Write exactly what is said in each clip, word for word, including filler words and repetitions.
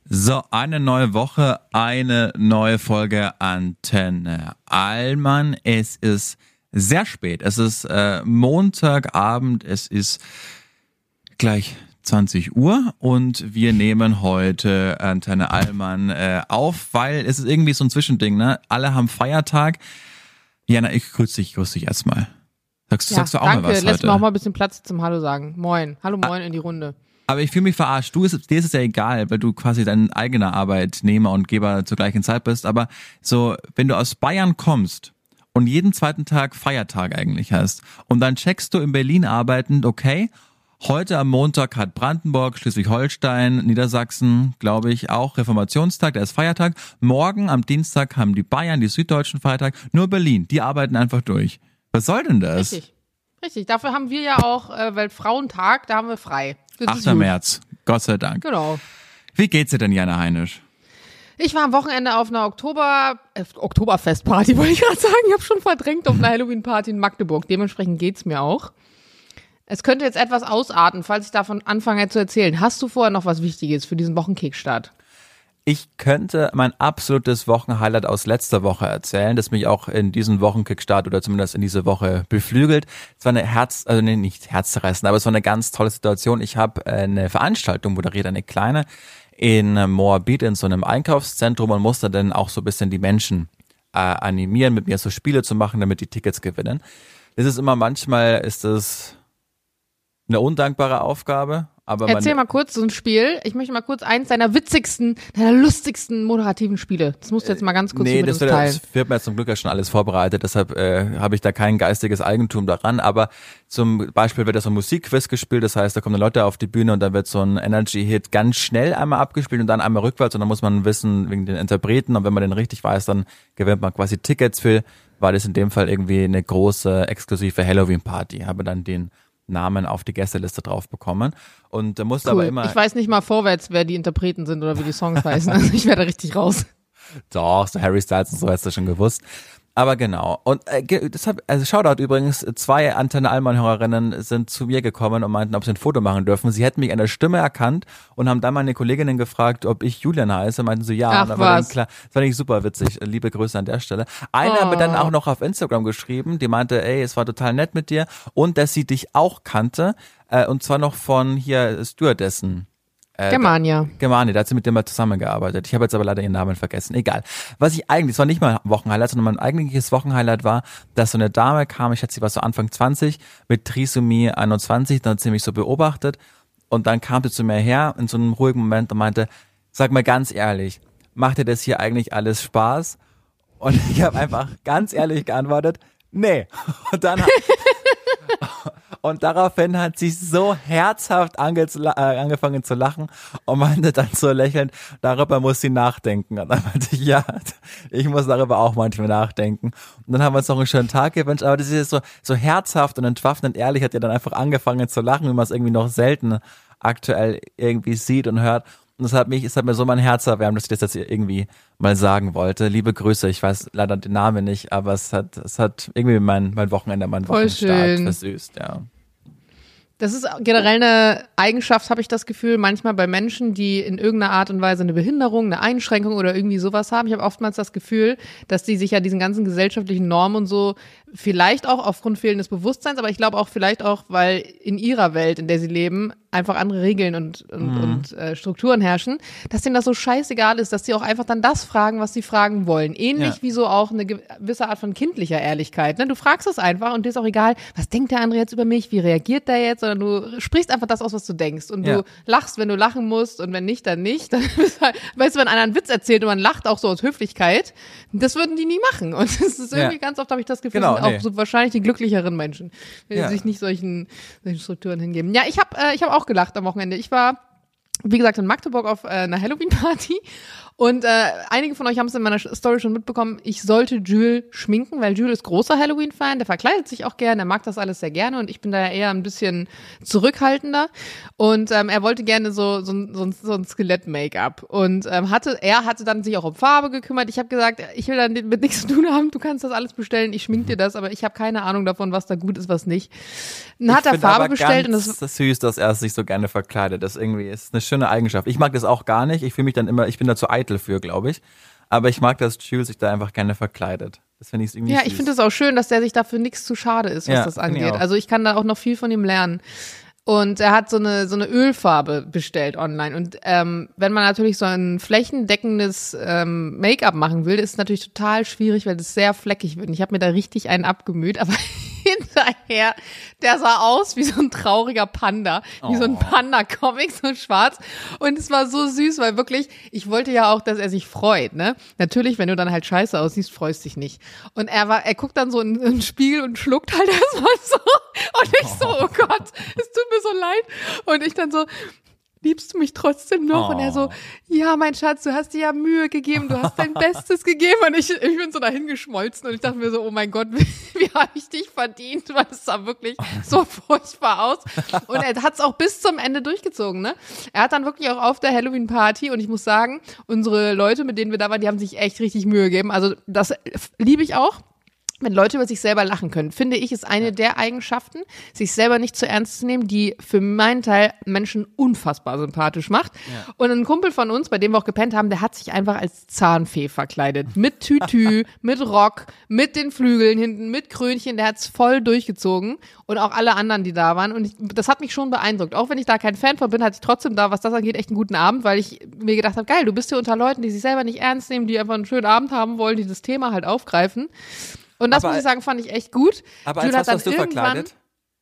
So, eine neue Woche, eine neue Folge Antenne Allmann. Es ist sehr spät. Es ist äh, Montagabend, es ist gleich zwanzig Uhr und wir nehmen heute Antenne Allmann äh, auf, weil es ist irgendwie so ein Zwischending, ne? Alle haben Feiertag. Jana, ich grüße dich, grüße dich erstmal. Sagst, ja, sagst du auch danke. mal was heute? Lässt mir auch mal ein bisschen Platz zum Hallo sagen. Moin. Hallo, moin ah, in die Runde. Aber ich fühle mich verarscht. Du ist, dir ist es ja egal, weil du quasi dein eigener Arbeitnehmer und Geber zur gleichen Zeit bist. Aber so, wenn du aus Bayern kommst und jeden zweiten Tag Feiertag eigentlich hast und dann checkst du in Berlin arbeitend, okay, heute am Montag hat Brandenburg, Schleswig-Holstein, Niedersachsen, glaube ich, auch Reformationstag, der ist Feiertag. Morgen am Dienstag haben die Bayern, die Süddeutschen Feiertag. Nur Berlin, die arbeiten einfach durch. Was soll denn das? Richtig, richtig. Dafür haben wir ja auch äh, Weltfrauentag, da haben wir frei. achter März, Gott sei Dank. Genau. Wie geht's dir denn, Jana Heinisch? Ich war am Wochenende auf einer Oktober, äh, Oktoberfestparty, wollte ich gerade sagen. Ich habe schon verdrängt auf einer Halloween-Party in Magdeburg. Dementsprechend geht's mir auch. Es könnte jetzt etwas ausarten, falls ich davon anfange zu erzählen. Hast du vorher noch was Wichtiges für diesen Wochenkickstart? Ich könnte mein absolutes Wochenhighlight aus letzter Woche erzählen, das mich auch in diesen Wochenkickstart oder zumindest in diese Woche beflügelt. Es war eine Herz, also nee, nicht herzzerreißend, aber es war eine ganz tolle Situation. Ich habe eine Veranstaltung moderiert, eine kleine, in Moabit in so einem Einkaufszentrum und musste dann auch so ein bisschen die Menschen äh, animieren, mit mir so Spiele zu machen, damit die Tickets gewinnen. Das ist immer, manchmal ist es eine undankbare Aufgabe. Aber Erzähl mal kurz so ein Spiel. Ich möchte mal kurz eins deiner witzigsten, deiner lustigsten moderativen Spiele. Das musst du jetzt mal ganz kurz nee, mit das uns teilen. Nee, das wird mir jetzt zum Glück ja schon alles vorbereitet, deshalb äh, habe ich da kein geistiges Eigentum daran. Aber zum Beispiel wird da so ein Musikquiz gespielt, das heißt, da kommen Leute auf die Bühne und dann wird so ein Energy-Hit ganz schnell einmal abgespielt und dann einmal rückwärts und dann muss man wissen wegen den Interpreten und wenn man den richtig weiß, dann gewinnt man quasi Tickets für, war das in dem Fall irgendwie eine große, exklusive Halloween-Party. Habe dann den Namen auf die Gästeliste drauf bekommen und da musste cool. aber immer... Ich weiß nicht mal vorwärts, wer die Interpreten sind oder wie die Songs heißen, also ich werde richtig raus. Doch, so Harry Styles und so hast du schon gewusst. Aber genau. Und äh, deshalb, also Shoutout übrigens, zwei Antenne Allmann-Hörerinnen sind zu mir gekommen und meinten, ob sie ein Foto machen dürfen. Sie hätten mich an der Stimme erkannt und haben dann meine Kolleginnen gefragt, ob ich Julian heiße. Meinten so, ja. Ach, und dann was? war dann klar, das fand ich super witzig. Liebe Grüße an der Stelle. Eine oh. hat mir dann auch noch auf Instagram geschrieben, die meinte, ey, es war total nett mit dir und dass sie dich auch kannte. Äh, und zwar noch von hier Stewardessen. Äh, Germania. Germania, da hat sie mit dem mal zusammengearbeitet. Ich habe jetzt aber leider ihren Namen vergessen. Egal. Was ich eigentlich, es war nicht mal ein Wochenhighlight, sondern mein eigentliches Wochenhighlight war, dass so eine Dame kam, ich schätze, sie war so Anfang zwanzig, mit Trisomie einundzwanzig, dann hat sie mich so beobachtet und dann kam sie zu mir her in so einem ruhigen Moment und meinte, sag mal ganz ehrlich, macht dir das hier eigentlich alles Spaß? Und ich habe einfach ganz ehrlich geantwortet, nee. Und dann Und daraufhin hat sie so herzhaft ange- äh, angefangen zu lachen und meinte dann so lächelnd, darüber muss sie nachdenken. Und dann meinte ich, ja, ich muss darüber auch manchmal nachdenken. Und dann haben wir uns noch einen schönen Tag gewünscht, aber das ist so, so herzhaft und entwaffnend ehrlich, hat ihr dann einfach angefangen zu lachen, wie man es irgendwie noch selten aktuell irgendwie sieht und hört. Und das hat mich, es hat mir so mein Herz erwärmt, dass ich das jetzt irgendwie mal sagen wollte. Liebe Grüße, ich weiß leider den Namen nicht, aber es hat, es hat irgendwie mein, mein Wochenende, mein Voll Wochenstart schön. versüßt, ja. Das ist generell eine Eigenschaft, habe ich das Gefühl, manchmal bei Menschen, die in irgendeiner Art und Weise eine Behinderung, eine Einschränkung oder irgendwie sowas haben. Ich habe oftmals das Gefühl, dass die sich ja diesen ganzen gesellschaftlichen Normen und so vielleicht auch aufgrund fehlendes Bewusstseins, aber ich glaube auch vielleicht auch, weil in ihrer Welt, in der sie leben, einfach andere Regeln und, und, mhm. und äh, Strukturen herrschen, dass denen das so scheißegal ist, dass sie auch einfach dann das fragen, was sie fragen wollen. Ähnlich ja. wie so auch eine gewisse Art von kindlicher Ehrlichkeit. Ne? Du fragst es einfach und dir ist auch egal, was denkt der andere jetzt über mich, wie reagiert der jetzt, sondern du sprichst einfach das aus, was du denkst und ja. du lachst, wenn du lachen musst und wenn nicht, dann nicht. Dann, weißt du, wenn einer einen Witz erzählt und man lacht auch so aus Höflichkeit, das würden die nie machen und das ist irgendwie ja. ganz oft, habe ich das Gefühl, genau, sind auch nee. so wahrscheinlich die glücklicheren Menschen, wenn ja. sie sich nicht solchen, solchen Strukturen hingeben. Ja, ich habe äh, ich hab auch gelacht am Wochenende. Ich war, wie gesagt, in Magdeburg auf äh, einer Halloween-Party und äh, einige von euch haben es in meiner Story schon mitbekommen, ich sollte Jules schminken, weil Jules ist großer Halloween-Fan, der verkleidet sich auch gerne, der mag das alles sehr gerne und ich bin da ja eher ein bisschen zurückhaltender und ähm, er wollte gerne so so, so, so ein Skelett-Make-up und ähm, hatte er hatte dann sich auch um Farbe gekümmert. Ich habe gesagt, ich will dann mit nichts zu tun haben, du kannst das alles bestellen, ich schmink dir das, aber ich habe keine Ahnung davon, was da gut ist, was nicht. Dann hat er Farbe bestellt und das ist süß, dass er sich so gerne verkleidet. Das irgendwie ist eine schöne Eigenschaft. Ich mag das auch gar nicht. Ich fühle mich dann immer, ich bin da zu eitel für, glaube ich. Aber ich mag, dass Jules sich da einfach gerne verkleidet. Das finde ich irgendwie Ja, süß. ich finde es auch schön, dass der sich dafür nichts zu schade ist, was Ja, das finde ich angeht. auch. Also ich kann da auch noch viel von ihm lernen. Und er hat so eine so eine Ölfarbe bestellt online. Und ähm, wenn man natürlich so ein flächendeckendes ähm, Make-up machen will, ist es natürlich total schwierig, weil das sehr fleckig wird. Und ich habe mir da richtig einen abgemüht, aber hinterher, der sah aus wie so ein trauriger Panda, wie so ein Panda-Comic, so schwarz. Und es war so süß, weil wirklich, ich wollte ja auch, dass er sich freut, ne? Natürlich, wenn du dann halt scheiße aussiehst, freust dich nicht. Und er war, er guckt dann so in, in den Spiegel und schluckt halt erstmal so. Und ich so, oh Gott, es tut mir so leid. Und ich dann so, liebst du mich trotzdem noch? Oh. Und er so, ja, mein Schatz, du hast dir ja Mühe gegeben, du hast dein Bestes gegeben. Und ich, ich bin so dahin geschmolzen und ich dachte mir so, oh mein Gott, wie, wie habe ich dich verdient? Weil es sah wirklich so furchtbar aus. Und er hat es auch bis zum Ende durchgezogen, ne? Er hat dann wirklich auch auf der Halloween-Party, und ich muss sagen, unsere Leute, mit denen wir da waren, die haben sich echt richtig Mühe gegeben. Also das liebe ich auch. Wenn Leute über sich selber lachen können, finde ich, ist eine der Eigenschaften, sich selber nicht zu ernst zu nehmen, die für meinen Teil Menschen unfassbar sympathisch macht. Ja. Und ein Kumpel von uns, bei dem wir auch gepennt haben, der hat sich einfach als Zahnfee verkleidet. Mit Tütü, mit Rock, mit den Flügeln hinten, mit Krönchen. Der hat's voll durchgezogen. Und auch alle anderen, die da waren. Und ich, das hat mich schon beeindruckt. Auch wenn ich da kein Fan von bin, hatte ich trotzdem da, was das angeht, echt einen guten Abend, weil ich mir gedacht habe, geil, du bist hier unter Leuten, die sich selber nicht ernst nehmen, die einfach einen schönen Abend haben wollen, die das Thema halt aufgreifen. Und das, aber, muss ich sagen, fand ich echt gut. Aber als was warst du verkleidet?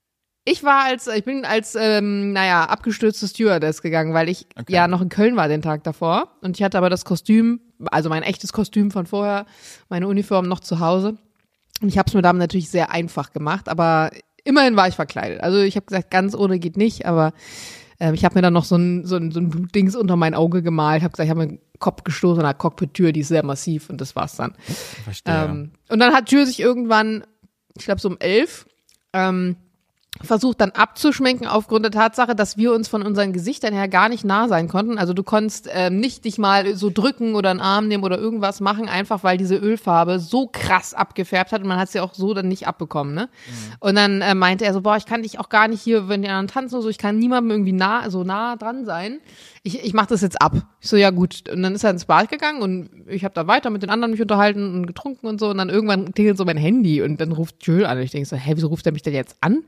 Ich war als, ich bin als, ähm, naja, abgestürzte Stewardess gegangen, weil ich okay. ja noch in Köln war den Tag davor. Und ich hatte aber das Kostüm, also mein echtes Kostüm von vorher, meine Uniform noch zu Hause. Und ich habe es mir damit natürlich sehr einfach gemacht, aber immerhin war ich verkleidet. Also ich habe gesagt, ganz ohne geht nicht, aber ähm, ich habe mir dann noch so ein, so ein, so ein Blutdings unter mein Auge gemalt. Ich habe gesagt, ich habe mir Kopf gestoßen an der Cockpit-Tür, die ist sehr massiv, und das war's dann. Verstehe. Ähm, und dann hat Jules sich irgendwann, ich glaube so um elf, ähm, versucht dann abzuschminken aufgrund der Tatsache, dass wir uns von unseren Gesichtern her gar nicht nah sein konnten. Also du konntest ähm, nicht dich mal so drücken oder einen Arm nehmen oder irgendwas machen, einfach weil diese Ölfarbe so krass abgefärbt hat und man hat sie auch so dann nicht abbekommen, ne? Mhm. Und dann äh, meinte er so, boah, ich kann dich auch gar nicht hier, wenn die anderen tanzen oder so, ich kann niemandem irgendwie nah, so nah dran sein. Ich, ich mach das jetzt ab. Ich so, ja gut. Und dann ist er ins Bad gegangen und ich habe da weiter mit den anderen mich unterhalten und getrunken und so. Und dann irgendwann klingelt so mein Handy und dann ruft Jules an. Und ich denke so, hä, wieso ruft er mich denn jetzt an?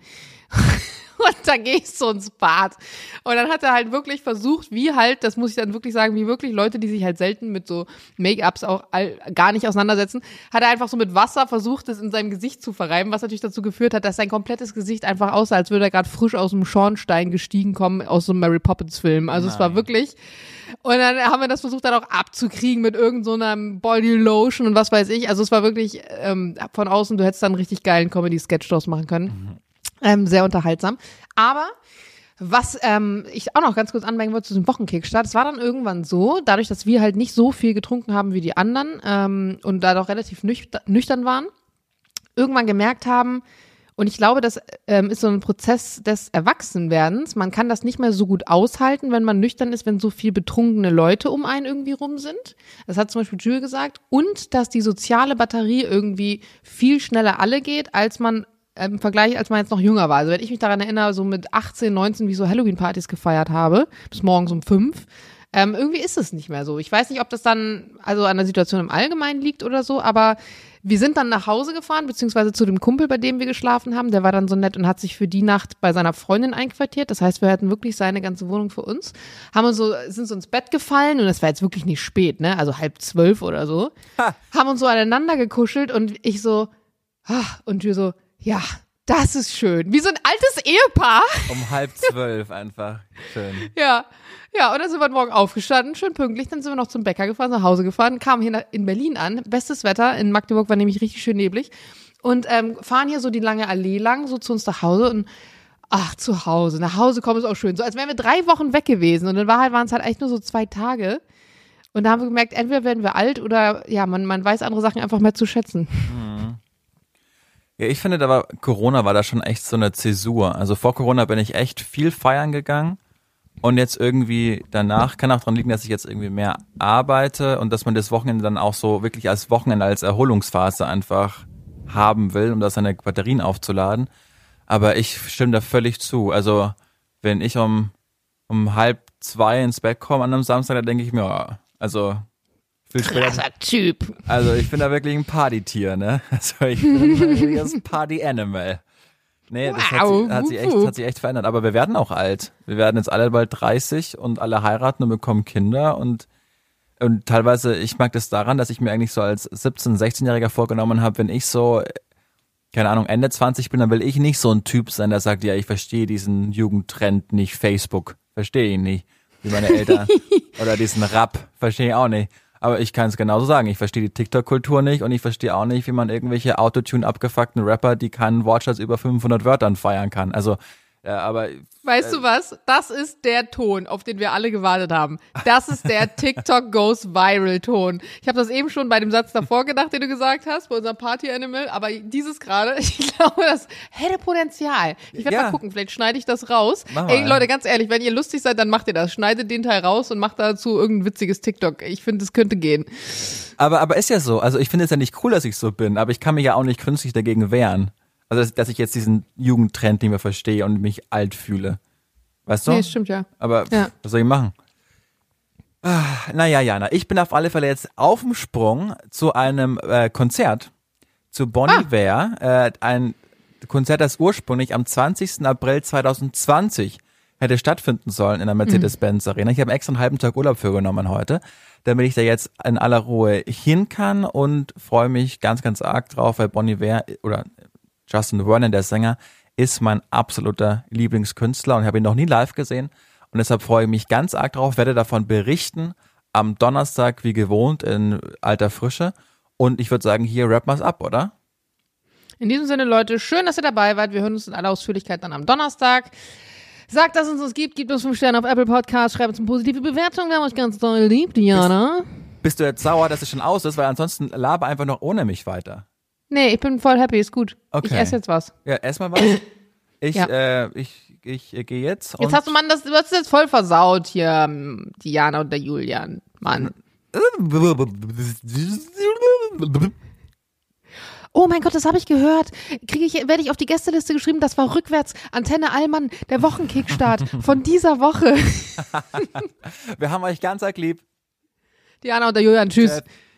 Und dann gehe ich so ins Bad. Und dann hat er halt wirklich versucht, wie halt, das muss ich dann wirklich sagen, wie wirklich Leute, die sich halt selten mit so Make-ups auch all, gar nicht auseinandersetzen, hat er einfach so mit Wasser versucht, das in seinem Gesicht zu verreiben, was natürlich dazu geführt hat, dass sein komplettes Gesicht einfach aussah, als würde er gerade frisch aus dem Schornstein gestiegen kommen, aus so einem Mary Poppins Film. Also Nein. Es war wirklich... Und dann haben wir das versucht dann auch abzukriegen mit irgend so einer Body Lotion und was weiß ich. Also es war wirklich ähm, von außen, du hättest dann einen richtig geilen Comedy-Sketch draus machen können. Mhm. Ähm, sehr unterhaltsam. Aber was ähm, ich auch noch ganz kurz anmerken wollte zu dem Wochenkickstart, es war dann irgendwann so, dadurch, dass wir halt nicht so viel getrunken haben wie die anderen ähm, und da doch relativ nüchtern, nüchtern waren, irgendwann gemerkt haben, und ich glaube, das ähm, ist so ein Prozess des Erwachsenwerdens. Man kann das nicht mehr so gut aushalten, wenn man nüchtern ist, wenn so viel betrunkene Leute um einen irgendwie rum sind. Das hat zum Beispiel Jules gesagt. Und dass die soziale Batterie irgendwie viel schneller alle geht, als man im Vergleich, als man jetzt noch jünger war. Also wenn ich mich daran erinnere, so mit achtzehn, neunzehn, wie ich so Halloween-Partys gefeiert habe, bis morgens um fünf, ähm, irgendwie ist es nicht mehr so. Ich weiß nicht, ob das dann also an der Situation im Allgemeinen liegt oder so, aber wir sind dann nach Hause gefahren, beziehungsweise zu dem Kumpel, bei dem wir geschlafen haben. Der war dann so nett und hat sich für die Nacht bei seiner Freundin einquartiert. Das heißt, wir hatten wirklich seine ganze Wohnung für uns. Haben uns so, sind so ins Bett gefallen und es war jetzt wirklich nicht spät, ne? Also halb zwölf oder so. Ha. Haben uns so aneinander gekuschelt und ich so, und wir so, ja, das ist schön. Wie so ein altes Ehepaar. Um halb zwölf einfach. Schön. Ja. Ja, und dann sind wir morgen aufgestanden, schön pünktlich. Dann sind wir noch zum Bäcker gefahren, nach Hause gefahren, kamen hier in Berlin an. Bestes Wetter. In Magdeburg war nämlich richtig schön neblig. Und ähm, fahren hier so die lange Allee lang, so zu uns nach Hause. Und ach, zu Hause. Nach Hause kommen ist auch schön. So als wären wir drei Wochen weg gewesen. Und in Wahrheit waren es halt eigentlich nur so zwei Tage. Und da haben wir gemerkt, entweder werden wir alt oder ja, man, man weiß andere Sachen einfach mehr zu schätzen. Mhm. Ja, ich finde, da war Corona war da schon echt so eine Zäsur. Also vor Corona bin ich echt viel feiern gegangen. Und jetzt irgendwie danach kann auch daran liegen, dass ich jetzt irgendwie mehr arbeite und dass man das Wochenende dann auch so wirklich als Wochenende, als Erholungsphase einfach haben will, um da seine Batterien aufzuladen. Aber ich stimme da völlig zu. Also wenn ich um, um halb zwei ins Bett komme an einem Samstag, da denke ich mir, ja, also viel später. Krasser Typ. Also ich bin da wirklich ein Partytier, ne? Also ich bin ein richtiges Party-Animal. Nee, das hat, Wow, sich, hat, sich wup, echt, wup. hat sich echt verändert. Aber wir werden auch alt. Wir werden jetzt alle bald dreißig und alle heiraten und bekommen Kinder und und teilweise, ich mag das daran, dass ich mir eigentlich so als siebzehn-, sechzehnjähriger vorgenommen habe, wenn ich so, keine Ahnung, Ende zwanzig bin, dann will ich nicht so ein Typ sein, der sagt, ja, ich verstehe diesen Jugendtrend nicht, Facebook, verstehe ihn nicht, wie meine Eltern. Oder diesen Rap, verstehe ich auch nicht. Aber ich kann es genauso sagen, ich verstehe die TikTok-Kultur nicht und ich verstehe auch nicht, wie man irgendwelche Autotune-abgefuckten Rapper, die keinen Wortschatz über fünfhundert Wörtern feiern kann. Also, ja, aber... Weißt du was? Das ist der Ton, auf den wir alle gewartet haben. Das ist der TikTok goes viral Ton. Ich habe das eben schon bei dem Satz davor gedacht, den du gesagt hast, bei unserem Party Animal, aber dieses gerade, ich glaube, das hätte Potenzial. Ich werde Ja. mal gucken, vielleicht schneide ich das raus. Mach mal. Ey, Leute, ganz ehrlich, wenn ihr lustig seid, dann macht ihr das. Schneidet den Teil raus und macht dazu irgendein witziges TikTok. Ich finde, es könnte gehen. Aber, aber ist ja so. Also ich finde es ja nicht cool, dass ich so bin, aber ich kann mich ja auch nicht künstlich dagegen wehren. Also dass, dass ich jetzt diesen Jugendtrend nicht mehr verstehe und mich alt fühle. Weißt du? Nee, stimmt ja. Aber Ja. was soll ich machen? Ah, naja, Jana, ich bin auf alle Fälle jetzt auf dem Sprung zu einem äh, Konzert, zu Bon Ah. Iver, äh, ein Konzert, das ursprünglich am zwanzigsten April zweitausendzwanzig hätte stattfinden sollen in der Mercedes-Benz Arena. Ich habe extra einen halben Tag Urlaub für genommen heute, damit ich da jetzt in aller Ruhe hin kann und freue mich ganz, ganz arg drauf, weil Bon Iver oder Justin Vernon, der Sänger, ist mein absoluter Lieblingskünstler und ich habe ihn noch nie live gesehen und deshalb freue ich mich ganz arg drauf, werde davon berichten am Donnerstag wie gewohnt in alter Frische und ich würde sagen, hier wrap mal's ab, oder? In diesem Sinne, Leute, schön, dass ihr dabei wart. Wir hören uns in aller Ausführlichkeit dann am Donnerstag. Sagt, dass es uns gibt, gebt uns fünf Sterne auf Apple Podcasts, schreibt uns eine positive Bewertung. Wir haben euch ganz doll lieb, Diana. Bist du jetzt sauer, dass es schon aus ist, weil ansonsten laber einfach noch ohne mich weiter. Nee, ich bin voll happy, ist gut. Okay. Ich esse jetzt was. Ja, erstmal was. Ich, Ja. äh, ich, ich äh, gehe jetzt. Jetzt und hast du, Mann, das, du hast es jetzt voll versaut hier, ähm, Diana und der Julian. Mann. Oh mein Gott, das habe ich gehört. Kriege ich, werde ich auf die Gästeliste geschrieben, das war rückwärts Antenne Allmann, der Wochenkickstart von dieser Woche. Wir haben euch ganz arg lieb. Diana und der Julian, tschüss. Tschüss.